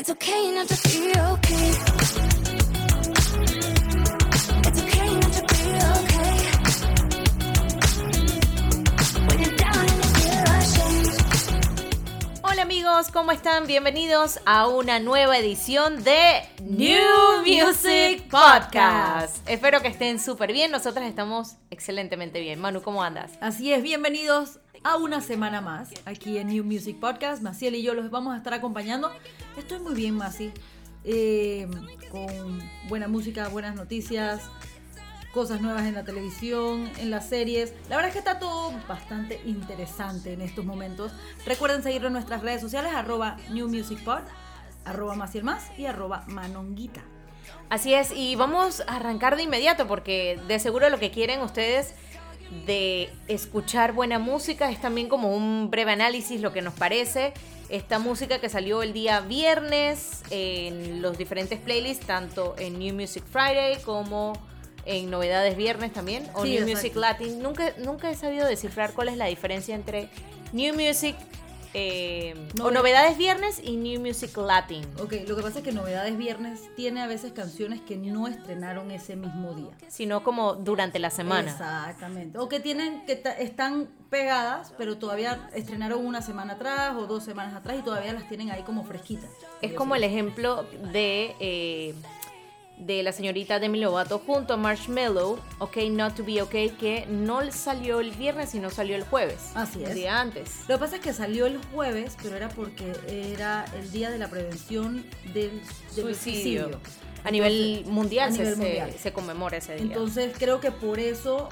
It's okay not to be okay. It's okay not to be okay. When you're down and you feel ashamed. Hola amigos, ¿cómo están? Bienvenidos a una nueva edición de New Music Podcast. Espero que estén súper bien, nosotras estamos excelentemente bien. Manu, ¿cómo andas? Así es, bienvenidos a una semana más aquí en New Music Podcast. Maciel y yo los vamos a estar acompañando. Estoy muy bien, Maci, con buena música, buenas noticias, cosas nuevas en la televisión, en las series. La verdad es que está todo bastante interesante en estos momentos. Recuerden seguirnos en nuestras redes sociales, @NewMusicPod, @MacielMás y @Manonguita. Así es, y vamos a arrancar de inmediato porque de seguro lo que quieren ustedes de escuchar buena música es también como un breve análisis, lo que nos parece. Esta música que salió el día viernes en los diferentes playlists, tanto en New Music Friday como en Novedades Viernes también, o Sí, New exacto. Music Latin. Nunca he sabido descifrar cuál es la diferencia entre New Music o Novedades Viernes y New Music Latin. Ok, lo que pasa es que Novedades Viernes tiene a veces canciones que no estrenaron ese mismo día. Sino como durante la semana. Exactamente. O que están pegadas, pero todavía estrenaron una semana atrás o 2 semanas atrás y todavía las tienen ahí como fresquitas. Es como el ejemplo de la señorita Demi Lovato junto a Marshmello, OK Not To Be OK, que no salió el viernes sino salió el jueves. Así es. Un día antes. Lo que pasa es que salió el jueves, pero era porque era el día de la prevención del suicidio. A nivel mundial, a nivel mundial. se conmemora ese día. Entonces creo que por eso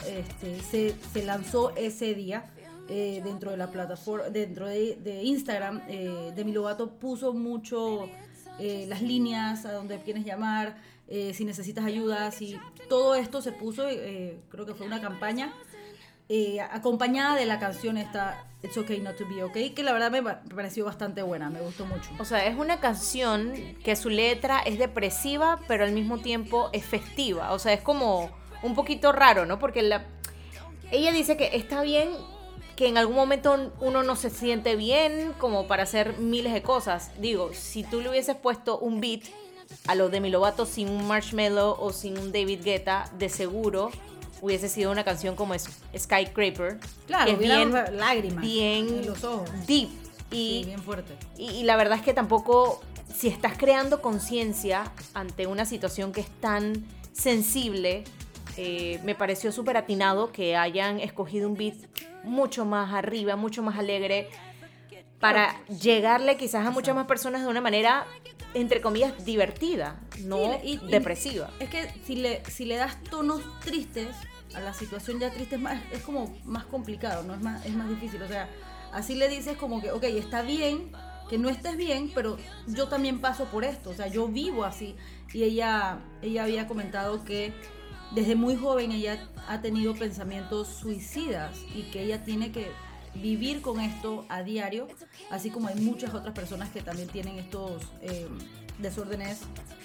se lanzó ese día dentro de la plataforma, dentro de Instagram. Demi Lovato puso mucho las líneas a donde quieres llamar, si necesitas ayuda, si todo esto se puso, creo que fue una campaña acompañada de la canción esta It's Okay Not To Be Okay, que la verdad me pareció bastante buena, me gustó mucho. O sea, es una canción que su letra es depresiva, pero al mismo tiempo es festiva. O sea, es como un poquito raro, ¿no? Porque ella dice que está bien que en algún momento uno no se siente bien como para hacer miles de cosas. Digo, si tú le hubieses puesto un beat a lo de Demi Lovato sin un Marshmello o sin un David Guetta, de seguro hubiese sido una canción como Skyscraper. Claro, que es hubieran bien, lágrimas bien en los ojos. deep. Sí, bien fuerte. Y la verdad es que tampoco, si estás creando conciencia ante una situación que es tan sensible, me pareció súper atinado que hayan escogido un beat mucho más arriba, mucho más alegre, para llegarle quizás a muchas más personas de una manera, entre comillas, divertida, no Sí, y depresiva. Es que si le das tonos tristes a la situación ya triste, es como más complicado, ¿no? Es más difícil. O sea, así le dices como que, ok, está bien que no estés bien, pero yo también paso por esto. O sea, yo vivo así. Y ella había comentado que desde muy joven ella ha tenido pensamientos suicidas y que ella tiene que vivir con esto a diario, así como hay muchas otras personas que también tienen estos desórdenes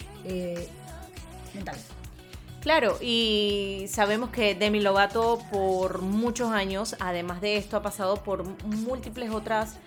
mentales. Claro, y sabemos que Demi Lovato por muchos años, además de esto, ha pasado por múltiples otras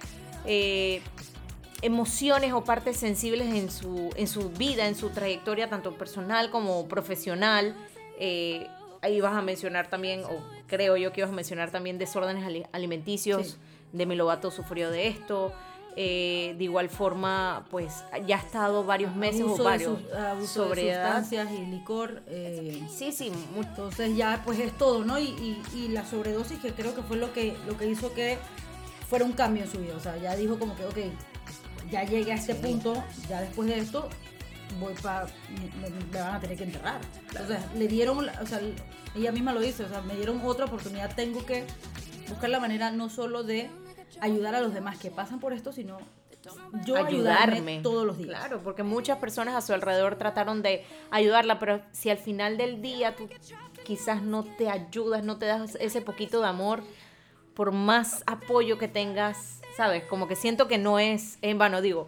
emociones o partes sensibles en su vida, en su trayectoria, tanto personal como profesional. Ahí vas a mencionar también, o creo yo que ibas a mencionar también desórdenes alimenticios. Sí. Demi Lovato sufrió de esto. De igual forma, pues ya ha estado varios meses abuso o varios abuso de sustancias y licor. Sí, entonces ya pues es todo, ¿no? Y la sobredosis, que creo que fue lo que hizo que fuera un cambio en su vida. O sea, ya dijo como que, ok, ya llegué a este punto, ya después de esto me van a tener que enterrar. O sea, le dieron, o sea, ella misma lo dice, o sea, me dieron otra oportunidad, tengo que buscar la manera no solo de ayudar a los demás que pasan por esto, sino yo ayudarme todos los días. Claro, porque muchas personas a su alrededor trataron de ayudarla, pero si al final del día tú quizás no te ayudas, no te das ese poquito de amor, por más apoyo que tengas, ¿sabes? Como que siento que no es en vano, digo.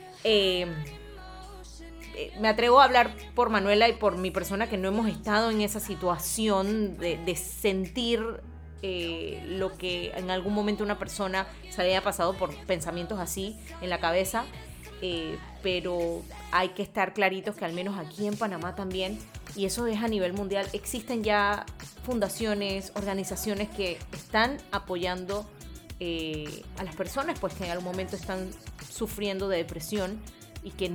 Me atrevo a hablar por Manuela y por mi persona, que no hemos estado en esa situación de sentir lo que en algún momento una persona se le haya pasado por pensamientos así en la cabeza. pero hay que estar claritos que al menos aquí en Panamá también, y eso es a nivel mundial, existen ya fundaciones, organizaciones que están apoyando a las personas pues que en algún momento están sufriendo de depresión y que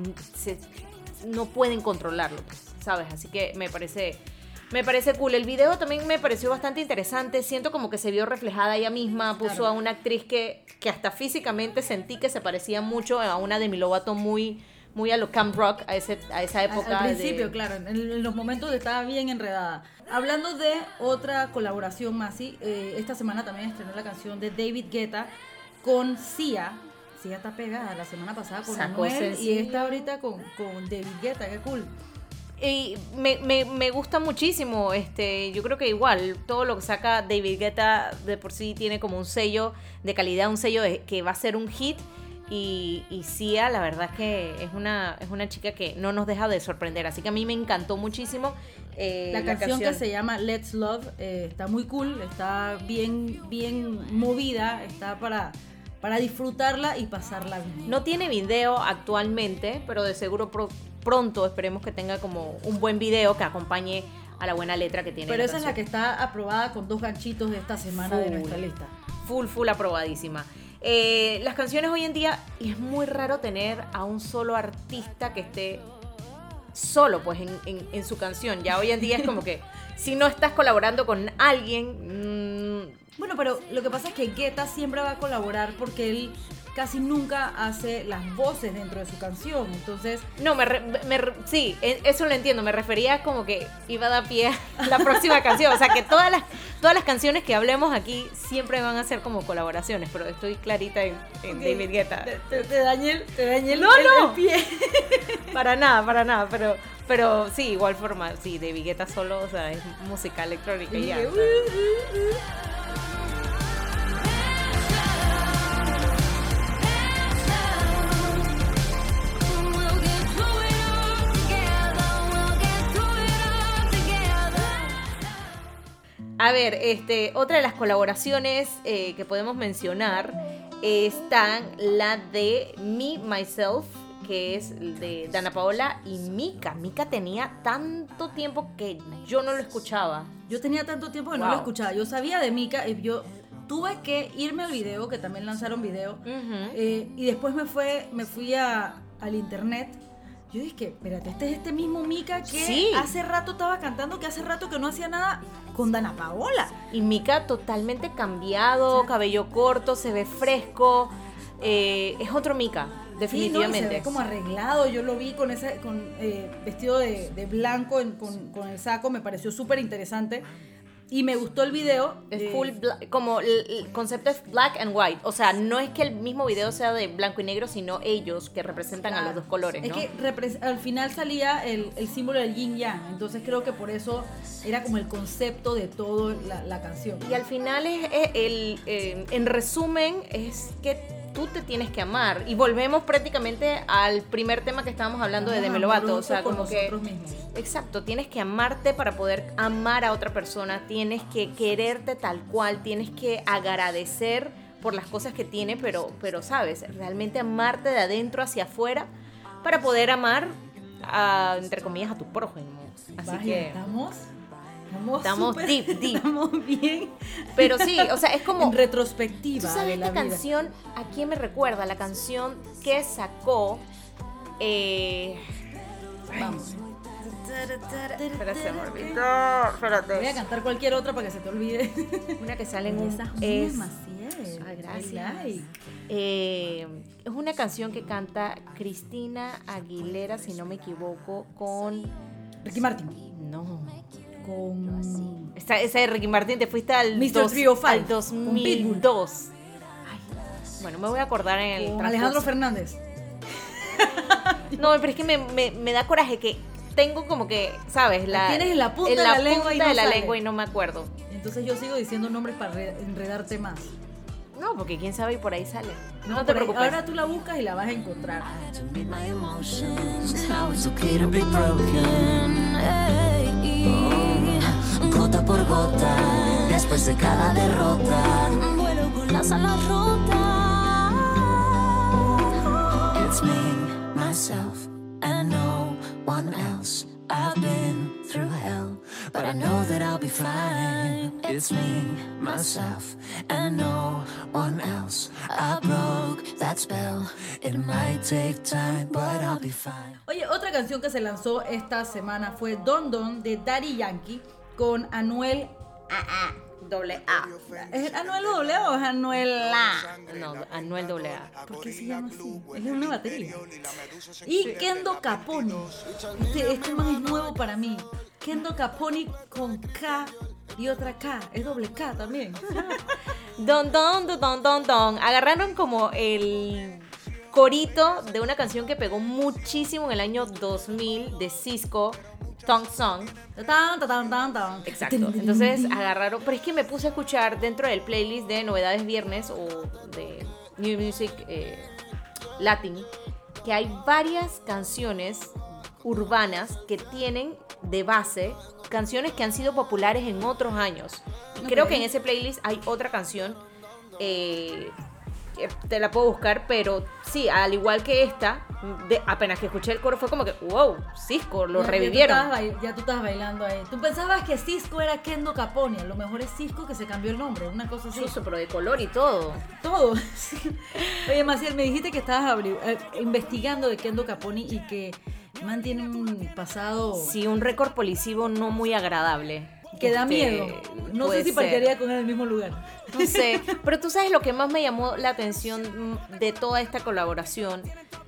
no pueden controlarlo, ¿sabes? Así que me parece cool. El video también me pareció bastante interesante. Siento como que se vio reflejada ella misma. Puso Claro. a una actriz que hasta físicamente sentí que se parecía mucho a una Demi Lovato muy a lo Camp Rock, a esa época. Al principio, claro, en los momentos que estaba bien enredada. Hablando de otra colaboración más, ¿sí? Esta semana también estrenó la canción de David Guetta con Sia. Sia está pegada la semana pasada con Sacó Anuel y sencillo. está ahorita con David Guetta, qué cool. Y me gusta muchísimo, yo creo que igual, todo lo que saca David Guetta de por sí tiene como un sello de calidad, un sello que va a ser un hit, y Sia, la verdad es que es una chica que no nos deja de sorprender, así que a mí me encantó muchísimo La canción que se llama Let's Love está muy cool, está bien movida, está para disfrutarla y pasarla bien. No tiene video actualmente, pero de seguro pronto esperemos que tenga como un buen video que acompañe a la buena letra que tiene. Pero esa es la canción. que está aprobada con 2 ganchitos de esta semana de Full. nuestra lista. Full aprobadísima. Las canciones hoy en día, y es muy raro tener a un solo artista que esté solo pues en su canción. Ya hoy en día es como que si no estás colaborando con alguien, Bueno, pero lo que pasa es que Guetta siempre va a colaborar porque él casi nunca hace las voces dentro de su canción. Entonces, no, sí, eso lo entiendo. Me refería como que iba a dar pie a la próxima canción. O sea, que todas las canciones que hablemos aquí siempre van a ser como colaboraciones, pero estoy clarita en David Guetta. te dañé el No. el pie. Para nada, pero sí, igual forma, sí, David Guetta solo, o sea, es música electrónica y ya. Y o sea. We'll get through it all together. We'll get through it all together. A ver, otra de las colaboraciones que podemos mencionar están la de Me, Myself, que es de Dana Paola y Mika. Mika tenía tanto tiempo que yo no lo escuchaba. Yo tenía tanto tiempo que no Wow. lo escuchaba. Yo sabía de Mika y yo tuve que irme al video, que también lanzaron video. Y después me fui al internet. Yo dije, espérate, este es este mismo Mika que Sí. hace rato estaba cantando, que hace rato que no hacía nada con Dana Paola. Y Mika totalmente cambiado, cabello corto, se ve fresco. Es otro Mika, Sí, ¿no? Y definitivamente. se ve como arreglado. Yo lo vi con vestido de blanco con el saco. Me pareció súper interesante. Y me gustó el video. Es full como el concepto es black and white. O sea, no es que el mismo video sea de blanco y negro, sino ellos que representan a los dos colores, ¿no? Es que al final salía el símbolo del yin yang. Entonces creo que por eso era como el concepto de toda la canción. Y al final en resumen es que tú te tienes que amar. Y volvemos prácticamente al primer tema que estábamos hablando de Demi Lovato. O sea, con como que... nosotros mismos. Exacto, tienes que amarte para poder amar a otra persona, tienes que quererte tal cual, tienes que agradecer por las cosas que tiene, pero sabes, realmente amarte de adentro hacia afuera para poder amar, entre comillas, a tu prójimo. Así Vaya, que... Estamos súper- deep. Estamos bien. Pero sí, o sea, es como... En retrospectiva ¿Tú sabes de la esta vida. canción a quién me recuerda? La canción que sacó... Vamos. Espera, se me olvidó. Espérate. Voy a cantar cualquier otra para que se te olvide. Una que sale en un... Esas es- mismas, Maciel. Ay, I gracias. like. Es una canción que canta Cristina Aguilera, si no me equivoco, con... Ricky Martin. No. Con... Esa de Ricky Martin, te fuiste al, Mr. 305, al con Pitbull. 2002. Ay, bueno, me voy a acordar en el con transcurso. Alejandro Fernández. No, pero es que me da coraje que tengo como que, ¿sabes? Tienes en la punta de la lengua y no sale. lengua y no me acuerdo. Entonces yo sigo diciendo nombres para enredarte más. No, porque quién sabe y por ahí sale. No, te por ahí- preocupes. Ahora tú la buscas y la vas a encontrar. To meet my emotions. Now it's okay to be broken. Gota por gota, después de cada derrota, vuelo con las alas rotas. It's me. myself, and no one else. I've been through hell, but I know that I'll be fine. It's me, myself, and no one else. I broke that spell. It might take time, but I'll be fine. Oye, otra canción que se lanzó esta semana fue Don Don de Daddy Yankee con Anuel Doble A. ¿Es Anuel doble A o es Anuel A? No, Anuel doble A. ¿Por qué se llama así? Es una batería. Y Kendo Caponi. Este man es nuevo para mí. Kendo Caponi con K y otra K. Es doble K también. Don, don, don, don, don, don. Agarraron como el corito de una canción que pegó muchísimo en el año 2000 de Cisco, Thong Song. Tan, tan, tan, tan. Exacto. Entonces agarraron, pero es que me puse a escuchar dentro del playlist de Novedades Viernes o de New Music Latin, que hay varias canciones urbanas que tienen de base canciones que han sido populares en otros años. Y creo que en ese playlist hay otra canción que te la puedo buscar, pero sí, al igual que esta, apenas que escuché el coro fue como que, wow, Cisco, lo revivieron. Ya tú estabas bailando ahí. Tú pensabas que Cisco era Kendo Caponi. A lo mejor es Cisco que se cambió el nombre, una cosa así. Chuzo, pero de color y todo. Todo. Oye, Maciel, me dijiste que estabas investigando de Kendo Caponi y que mantiene un pasado Sí, un récord policivo no muy agradable. que da miedo. No sé puede si ser. parquearía con él en el mismo lugar. No sé, pero tú sabes lo que más me llamó la atención de toda esta colaboración.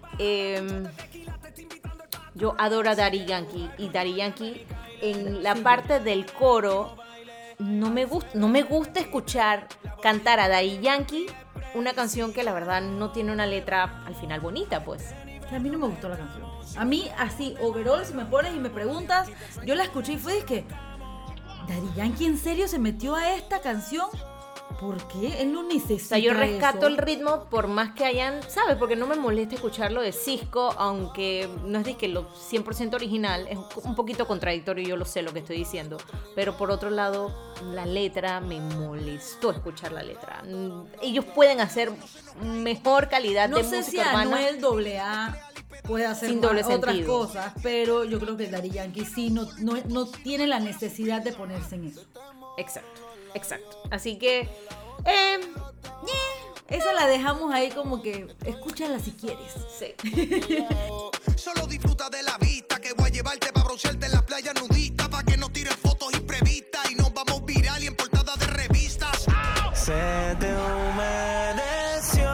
Yo adoro a Daddy Yankee, y Daddy Yankee en la parte del coro no me gusta escuchar cantar a Daddy Yankee una canción que la verdad no tiene una letra al final bonita, pues. A mí no me gustó la canción. A mí, así, overall, si me pones y me preguntas, yo la escuché y fue que Daddy Yankee en serio se metió a esta canción. ¿Por qué? Él no necesita O sea, yo rescato eso. el ritmo por más que hayan, ¿sabes? Porque no me molesta escucharlo de Cisco, aunque no es de que lo 100% original, es un poquito contradictorio, yo lo sé lo que estoy diciendo. Pero por otro lado, la letra me molestó escuchar la letra. Ellos pueden hacer mejor calidad No de sé si música urbana. Anuel AA puede hacer Sin doble otras sentido. cosas, pero yo creo que Daddy Yankee sí no tiene la necesidad de ponerse en eso. Exacto. Así que, Esa la dejamos ahí como que escúchala si quieres. sí. Solo disfruta de la vista que voy a llevarte para broncearte en la playa nudista, para que no tires fotos imprevistas y nos vamos viral y en portada de revistas. Se te humedeció.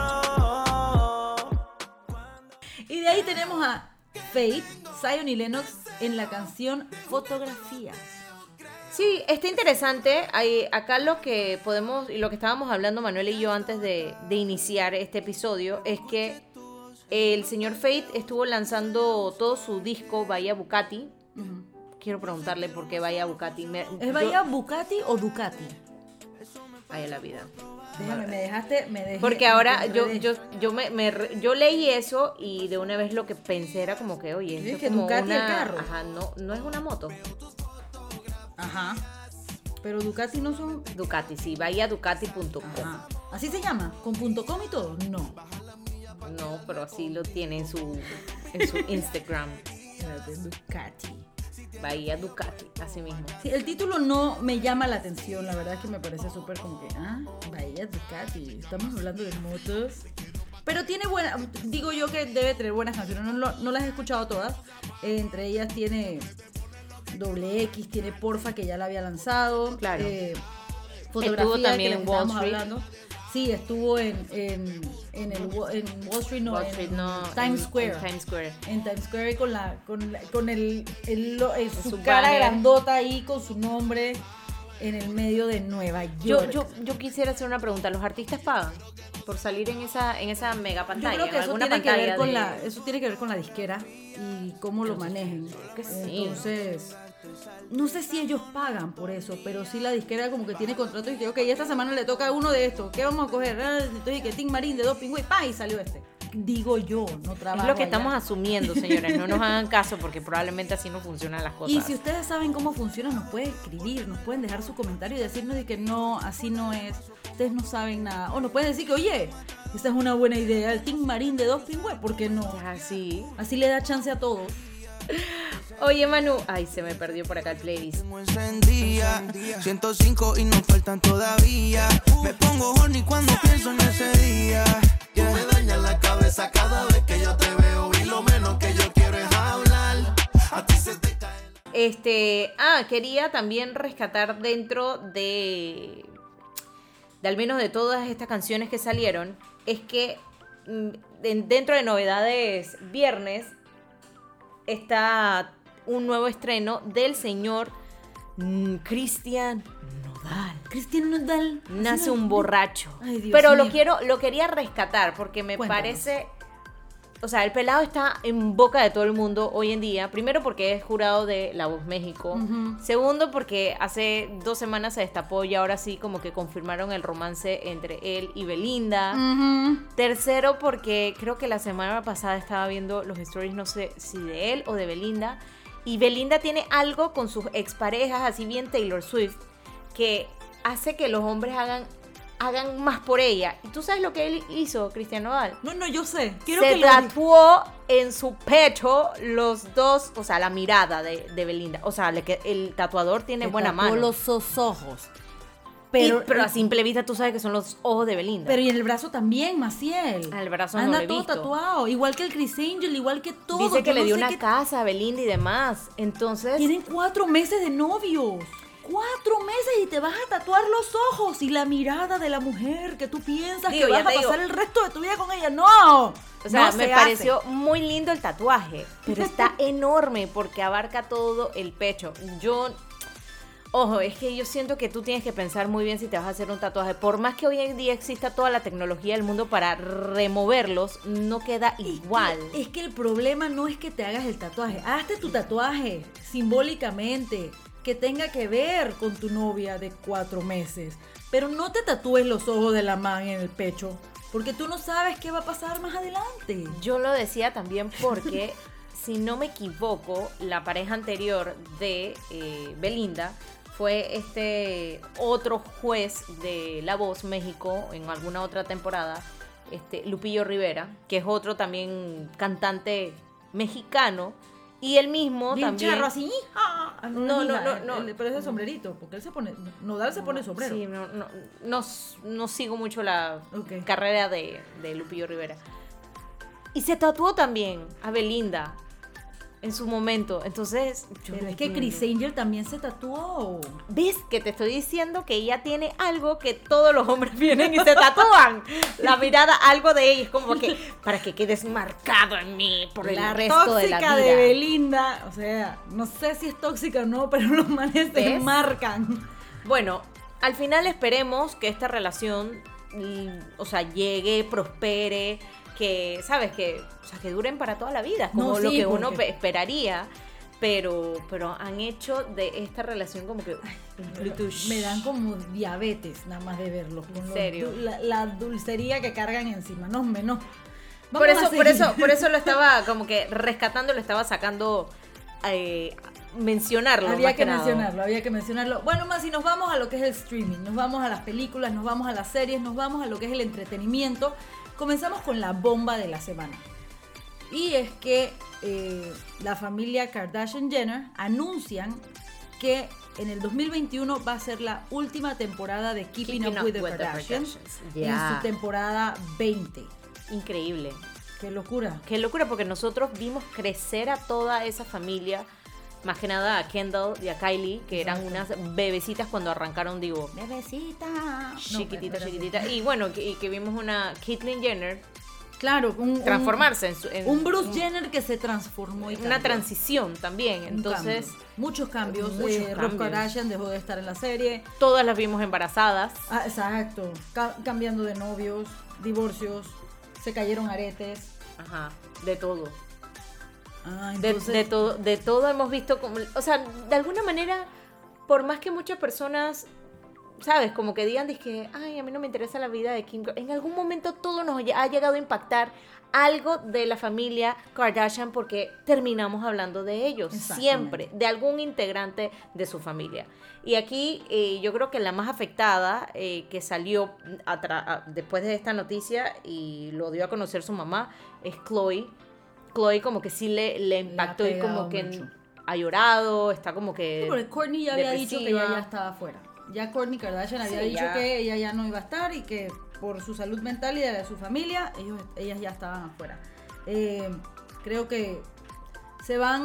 Y de ahí tenemos a Faith, Zion y Lennox en la canción Fotografías. Sí, está interesante. Acá lo que podemos, y lo que estábamos hablando Manuel y yo antes de iniciar este episodio, es que el señor Fate estuvo lanzando todo su disco Bahía Bucati. Quiero preguntarle por qué Bahía Bucati. ¿Es Bahía Bucati o Ducati? Vaya la vida. Déjame, me dejaste. Porque ahora me yo enredé. yo leí eso y de una vez lo que pensé era como que, oye, Sí, esto que es como Ducati el una, carro. ajá, no es una moto. Ajá. Pero Ducati no son. Ducati, sí, bahiaducati.com. Ajá. ¿Así se llama? ¿Con .com y todo? No. No, pero así lo tiene en su Instagram. Espérate, Ducati. Bahía Ducati, así mismo. Sí, el título no me llama la atención, la verdad es que me parece súper como que, Bahía Ducati, estamos hablando de motos. Pero tiene buena, digo yo que debe tener buenas canciones, no las he escuchado todas. Entre ellas tiene Doble X, tiene Porfa, que ya la había lanzado. Claro. Fotografía, Estuvo también que en les Wall estábamos Street. hablando. Sí, estuvo en Wall Street, no, Wall Street, en no, Times en Square. Times Square. En Times Square con su Su cara banner. grandota ahí con su nombre en el medio de Nueva York. Yo quisiera hacer una pregunta. ¿Los artistas pagan por salir en esa mega Yo pantalla? creo que en eso alguna tiene que ver pantalla con eso tiene que ver con la disquera y cómo lo manejen. que sí. Entonces, no sé si ellos pagan por eso, pero sí la disquera como que tiene contratos y que, ok, esta semana le toca a uno de estos. ¿Qué vamos a coger? Entonces, que Tim Marín de Doping Way, ¡pa! Y salió este. Digo yo, no trabajo Es lo que allá. estamos asumiendo, señores. No nos hagan caso porque probablemente así no funcionan las cosas. Y si ustedes saben cómo funciona, nos pueden escribir, nos pueden dejar su comentario y decirnos de que no, así no es, ustedes no saben nada. O nos pueden decir que, oye, Esa es una buena idea. El Team Marín de Dos Pingües, ¿por qué no? Así. Así le da chance a todos. Oye, Manu. Ay, se me perdió por acá el playlist. Como encendía, 105 y nos faltan todavía. Me pongo horny cuando pienso en ese día. Tú me dañas la cabeza cada vez que yo te veo y lo menos que yo quiero es hablar. A ti se te cae. Quería también rescatar dentro de al menos de todas estas canciones que salieron, es que dentro de novedades viernes está un nuevo estreno del señor Cristian Nodal. Cristian Nodal. Nace un borracho. Ay, Dios Pero mío. lo quería rescatar porque me Cuéntanos. parece... O sea, el pelado está en boca de todo el mundo hoy en día. Primero porque es jurado de La Voz México. Ujú. Segundo porque hace 2 semanas se destapó y ahora sí como que confirmaron el romance entre él y Belinda. Ujú. Tercero porque creo que la semana pasada estaba viendo los stories, no sé si de él o de Belinda. Y Belinda tiene algo con sus exparejas, así bien Taylor Swift, que hace que los hombres hagan más por ella. ¿Y tú sabes lo que él hizo, Cristian Nodal? No, yo sé. Quiero Se que lo tatuó en su pecho los dos, o sea, la mirada de Belinda. O sea, el tatuador tiene buena mano. los ojos. Pero a simple vista tú sabes que son los ojos de Belinda. Pero y en el brazo también, Maciel. Ah, el brazo no anda lo he todo visto. tatuado. Igual que el Chris Angel, igual que todo. Dice que Yo le no dio sé una qué- casa a Belinda y demás. Entonces... Tienen 4 meses de novios. 4 meses y te vas a tatuar los ojos y la mirada de la mujer que tú piensas Digo, que ya vas a te digo. pasar el resto de tu vida con ella. ¡No! O sea, No me se pareció muy lindo el tatuaje, pero está enorme porque abarca todo el pecho. Ojo, es que yo siento que tú tienes que pensar muy bien si te vas a hacer un tatuaje. Por más que hoy en día exista toda la tecnología del mundo para removerlos, no queda igual. Es que el problema no es que te hagas el tatuaje. Hazte tu tatuaje simbólicamente, que tenga que ver con tu novia de 4 meses. Pero no te tatúes los ojos de la man en el pecho, porque tú no sabes qué va a pasar más adelante. Yo lo decía también porque, si no me equivoco, la pareja anterior de Belinda fue este otro juez de La Voz México en alguna otra temporada, Lupillo Rivera, que es otro también cantante mexicano, y él mismo Bien también... charro así. No. Pero es de sombrerito, porque él se pone... Nodal se pone sombrero. Sí, no sigo mucho la Ok. carrera de Lupillo Rivera. Y se tatuó también a Belinda en su momento. Entonces, yo Pero no es que entiendo. Chris Angel también se tatuó. ¿Ves que te estoy diciendo que ella tiene algo que todos los hombres vienen y se tatúan? La mirada, algo de ella. Es como que para que quedes marcado en mí por el La resto de la tóxica vida. de Belinda, o sea, no sé si es tóxica o no, pero los manes se ¿Ves? marcan. Bueno, al final esperemos que esta relación, o sea, llegue, prospere, que, ¿sabes? Que duren para toda la vida, como No, lo sí, que uno porque- esperaría. Pero han hecho de esta relación como que Me dan como diabetes nada más de verlos. ¿En serio? La dulcería que cargan encima, no menos. Por eso lo estaba como que rescatando, lo estaba sacando, mencionarlo. Había más que nada. mencionarlo. Bueno, más si nos vamos a lo que es el streaming, nos vamos a las películas, nos vamos a las series, nos vamos a lo que es el entretenimiento. Comenzamos con la bomba de la semana. Y es que la familia Kardashian-Jenner anuncian que en el 2021 va a ser la última temporada de Keeping Up with the Kardashians en Ya. su temporada 20. Increíble. ¡Qué locura! Qué locura, porque nosotros vimos crecer a toda esa familia, más que nada a Kendall y a Kylie, que eran unas bebecitas cuando arrancaron, digo, ¡Bebecita! chiquitita. Y bueno, que vimos una Caitlyn Jenner Claro, transformarse un Bruce Jenner que se transformó y una cambió. transición también. Un Entonces, cambio. Muchos cambios. muchos Rob cambios. Kardashian dejó de estar en la serie. todas las vimos embarazadas. Ah, exacto. Cambiando de novios, divorcios, se cayeron aretes. Ajá, de todo. Ah, De, entonces, de todo hemos visto como, o sea, de alguna manera, por más que muchas personas ¿sabes? Como que digan, dizque, ay, a mí no me interesa la vida de Kim. En algún momento todo nos ha llegado a impactar algo de la familia Kardashian porque terminamos hablando de ellos, siempre, de algún integrante de su familia. Y aquí yo creo que la más afectada que salió después de esta noticia y lo dio a conocer su mamá es Khloe. Khloe como que sí le impactó y como que mucho. ha llorado, está como que... Sí, porque Kourtney ya había dicho que depresiva. ella ya estaba fuera. Ya Kourtney Kardashian había Sí, dicho ya. que ella ya no iba a estar y que por su salud mental y de su familia, ellas ya estaban afuera. Creo que se van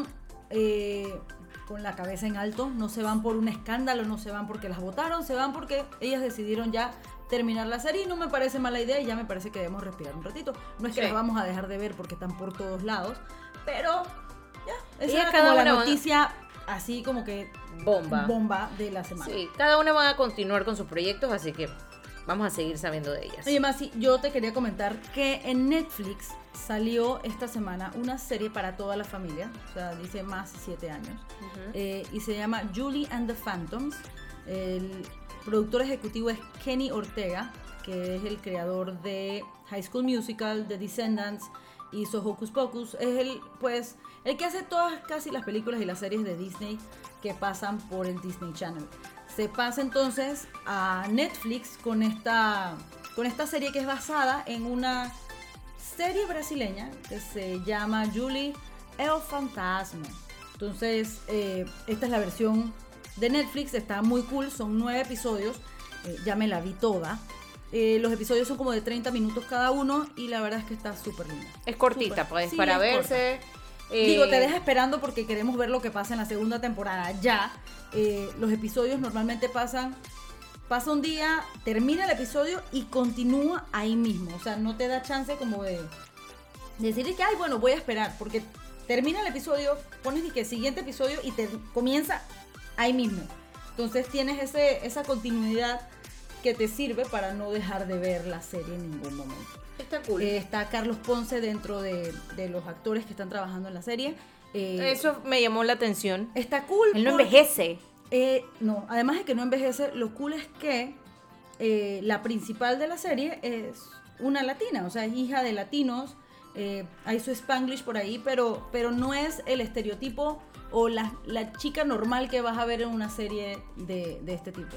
con la cabeza en alto, no se van por un escándalo, no se van porque las votaron, se van porque ellas decidieron ya terminar la serie y no me parece mala idea y ya me parece que debemos respirar un ratito. No es que Sí. las vamos a dejar de ver porque están por todos lados, pero ya, esa Ellas era cada como la una van- noticia así como que bomba de la semana. Sí, cada una va a continuar con sus proyectos, así que vamos a seguir sabiendo de ellas. Oye, Masi, yo te quería comentar que en Netflix salió esta semana una serie para toda la familia, o sea, dice más de 7 años, y se llama Julie and the Phantoms. El productor ejecutivo es Kenny Ortega, que es el creador de High School Musical, The Descendants, hizo Hocus Pocus, es el que hace todas casi las películas y las series de Disney que pasan por el Disney Channel. Se pasa entonces a Netflix con esta serie que es basada en una serie brasileña que se llama Julie El Fantasma. Entonces, esta es la versión de Netflix, está muy cool, son 9 episodios, ya me la vi toda. Los episodios son como de 30 minutos cada uno y la verdad es que está súper linda. Es cortita, Súper. pues, Sí, para es verse. Digo, te deja esperando porque queremos ver lo que pasa en la segunda temporada ya. Los episodios normalmente pasa un día, termina el episodio y continúa ahí mismo. O sea, no te da chance como de decir que, ay, bueno, voy a esperar. Porque termina el episodio, pones que siguiente episodio y te comienza ahí mismo. Entonces tienes esa continuidad que te sirve para no dejar de ver la serie en ningún momento. Está cool. Está Carlos Ponce dentro de los actores que están trabajando en la serie. Eso me llamó la atención. Está cool. Él no porque- envejece. No, además de que no envejece, lo cool es que la principal de la serie es una latina, o sea, es hija de latinos. Hay su Spanglish por ahí, pero no es el estereotipo o la chica normal que vas a ver en una serie de este tipo.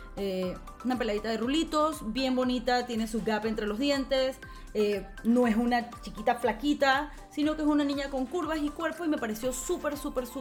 Una peladita de rulitos, bien bonita, tiene su gap entre los dientes, no es una chiquita flaquita, sino que es una niña con curvas y cuerpo y me pareció súper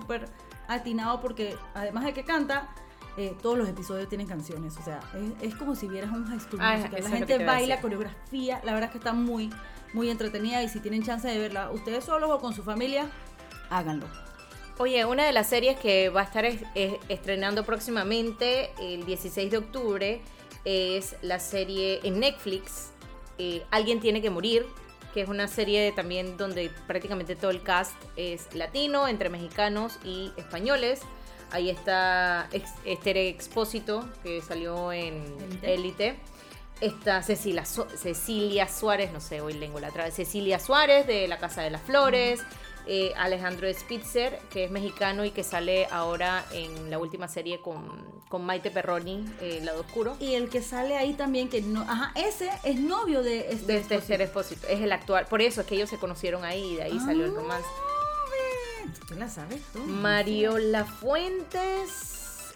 atinado porque además de que canta, todos los episodios tienen canciones, o sea, es como si vieras un High School Ah, Musical. eso La es lo que gente te iba a baila, decir. coreografía, la verdad es que está muy entretenida y si tienen chance de verla ustedes solos o con su familia, háganlo. Oye, una de las series que va a estar estrenando próximamente, el 16 de octubre, es la serie en Netflix, Alguien tiene que morir, que es una serie también donde prácticamente todo el cast es latino, entre mexicanos y españoles. Ahí está Esther Expósito, que salió en Élite. Está Cecilia Suárez, no sé, hoy lengua la traba. Cecilia Suárez, de La Casa de las Flores. Alejandro Spitzer, que es mexicano y que sale ahora en la última serie con Maite Perroni, Lado Oscuro. Y el que sale ahí también, que no, ese es novio de De este Esther Expósito. Es el actual. Por eso es que ellos se conocieron ahí y de ahí salió el romance. ¿Tú la sabes tú? Mariola Fuentes.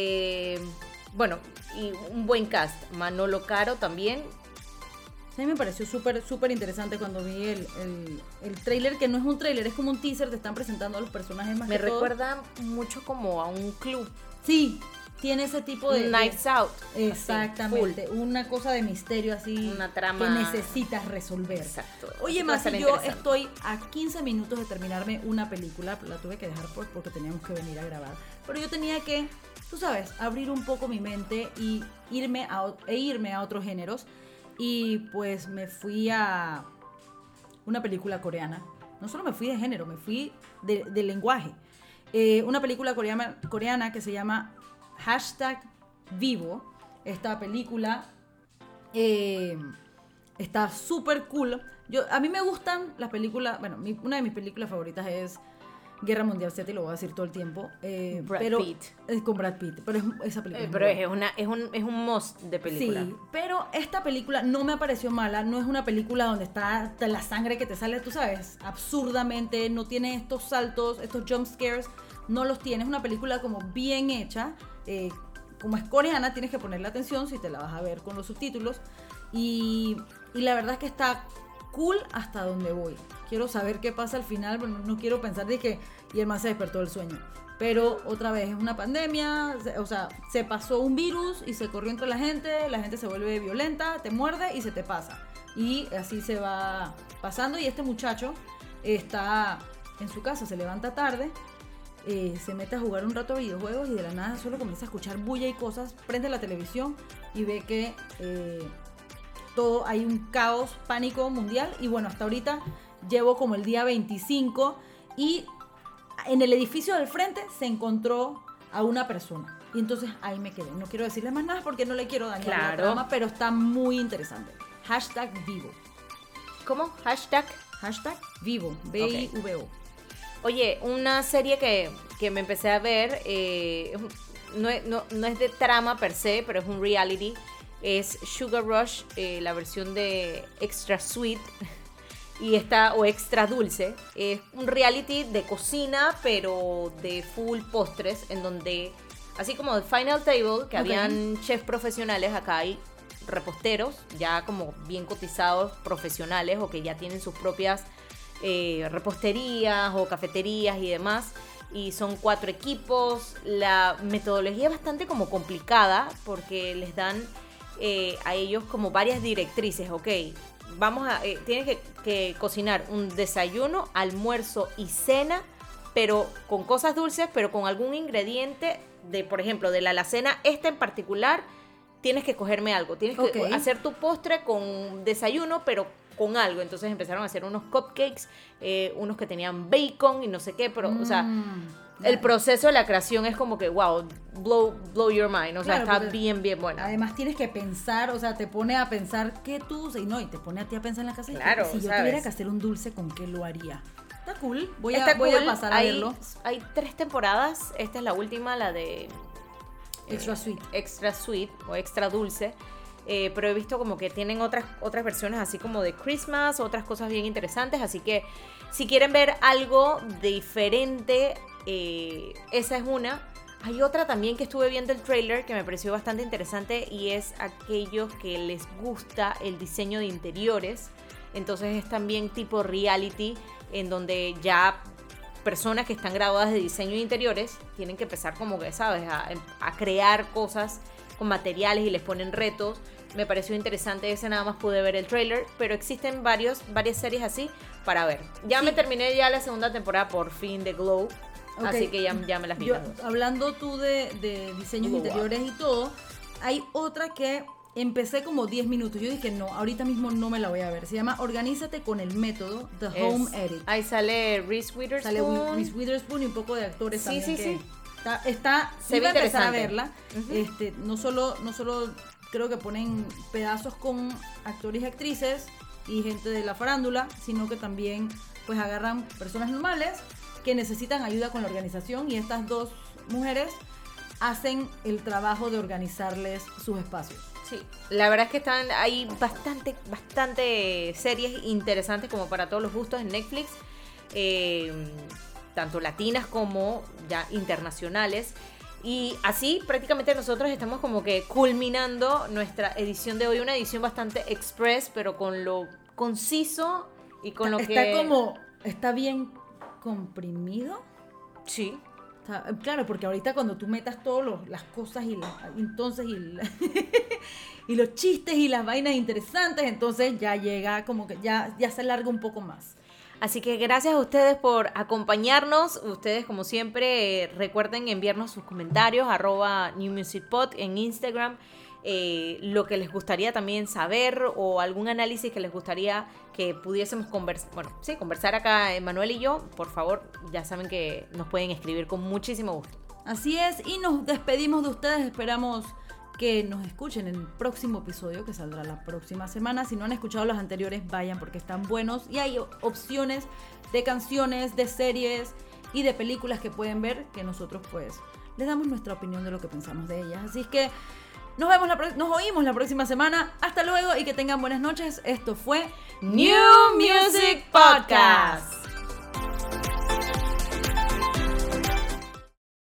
Bueno, y un buen cast. Manolo Caro también. A mí me pareció súper interesante cuando vi el tráiler, que no es un tráiler, es como un teaser, te están presentando a los personajes más Me que todo. recuerda mucho como a un club. Sí, tiene ese tipo de... Knives Out. Exactamente, Así, full. una cosa de misterio así Una trama- que necesitas resolver. Exacto. Oye, Va a Masi, estar yo interesante. estoy a 15 minutos de terminarme una película, la tuve que dejar pues porque teníamos que venir a grabar, pero yo tenía que, tú sabes, abrir un poco mi mente y irme a otros géneros. Y pues me fui a una película coreana. No solo me fui de género, me fui de lenguaje. Una película coreana que se llama #Vivo. Esta película está súper cool. A mí me gustan las películas, bueno, una de mis películas favoritas es Guerra Mundial Z, y lo voy a decir todo el tiempo. Brad Pitt. Con Brad Pitt, pero esa película pero es un must de película. Sí, pero esta película no me pareció mala, no es una película donde está la sangre que te sale, tú sabes, absurdamente, no tiene estos saltos, estos jump scares, no los tiene, es una película como bien hecha, como es coreana tienes que ponerle atención si te la vas a ver con los subtítulos, y la verdad es que está cool hasta donde voy. Quiero saber qué pasa al final, pero no quiero pensar de que y el man se despertó del sueño. Pero otra vez es una pandemia, o sea, se pasó un virus y se corrió entre la gente se vuelve violenta, te muerde y se te pasa. Y así se va pasando, y este muchacho está en su casa, se levanta tarde, se mete a jugar un rato a videojuegos y de la nada solo comienza a escuchar bulla y cosas, prende la televisión y ve que todo, hay un caos, pánico mundial, y bueno, hasta ahorita llevo como el día 25 y en el edificio del frente se encontró a una persona. Y entonces ahí me quedé. No quiero decirle más nada porque no le quiero dañar la trama, pero está muy interesante. #vivo. ¿Cómo? #? #vivo. V-I-V-O. Oye, una serie que me empecé a ver, no es de trama per se, pero es un reality. Es Sugar Rush, la versión de Extra Sweet. O Extra Dulce. Es un reality de cocina, pero de full postres, en donde, así como de Final Table, que habían chefs profesionales, acá hay reposteros, ya como bien cotizados, profesionales, o que ya tienen sus propias reposterías o cafeterías y demás. Y son 4 equipos. La metodología es bastante como complicada, porque les dan a ellos como varias directrices, ok. Tienes que cocinar un desayuno, almuerzo y cena, pero con cosas dulces, pero con algún ingrediente de, por ejemplo, de la alacena esta en particular, tienes que cogerme algo. Tienes que hacer tu postre con desayuno, pero con algo. Entonces empezaron a hacer unos cupcakes, unos que tenían bacon y no sé qué, pero, o sea, el proceso de la creación es como que, wow, blow your mind, o sea, está bien bueno. Además tienes que pensar, o sea, te pone a pensar qué tú, y te pone a ti a pensar en la casa. Claro, si yo tuviera que hacer un dulce, ¿con qué lo haría? Está cool, voy a pasar a verlo. Hay 3 temporadas, esta es la última, la de Extra Sweet o Extra Dulce. Pero he visto como que tienen otras versiones así como de Christmas, otras cosas bien interesantes, así que si quieren ver algo diferente, esa es una. Hay otra también que estuve viendo el trailer que me pareció bastante interesante, y es aquellos que les gusta el diseño de interiores. Entonces es también tipo reality, en donde ya personas que están graduadas de diseño de interiores tienen que empezar como que, ¿sabes? A crear cosas con materiales y les ponen retos. Me pareció interesante ese, nada más pude ver el trailer, pero existen varias series así para ver. Me terminé ya la segunda temporada por fin de Glow, así que ya me las vi. Hablando tú de diseños interiores y todo, hay otra que empecé como 10 minutos. Yo dije, no, ahorita mismo no me la voy a ver. Se llama Organízate con el método, The Home Edit. Ahí sale Reese Witherspoon. Sale Reese Witherspoon y un poco de actores también. Sí. Se ve interesante a verla. No solo creo que ponen pedazos con actores y actrices y gente de la farándula, sino que también pues agarran personas normales que necesitan ayuda con la organización, y estas 2 mujeres hacen el trabajo de organizarles sus espacios. Sí, la verdad es que hay bastante series interesantes como para todos los gustos en Netflix, tanto latinas como ya internacionales. Y así prácticamente nosotros estamos como que culminando nuestra edición de hoy, una edición bastante express, pero con lo conciso y con lo que... Está bien comprimido. Sí. Claro, porque ahorita cuando tú metas todas las cosas y los chistes y las vainas interesantes, entonces ya llega como que ya se alarga un poco más. Así que gracias a ustedes por acompañarnos. Ustedes, como siempre, recuerden enviarnos sus comentarios, @NewMusicPod en Instagram, lo que les gustaría también saber, o algún análisis que les gustaría que pudiésemos conversar acá, Manuel y yo. Por favor, ya saben que nos pueden escribir con muchísimo gusto. Así es, y nos despedimos de ustedes. Esperamos que nos escuchen en el próximo episodio, que saldrá la próxima semana. Si no han escuchado los anteriores, vayan porque están buenos, y hay opciones de canciones, de series y de películas que pueden ver, que nosotros pues les damos nuestra opinión de lo que pensamos de ellas. Así que nos oímos la próxima semana. Hasta luego y que tengan buenas noches. Esto fue New Music Podcast.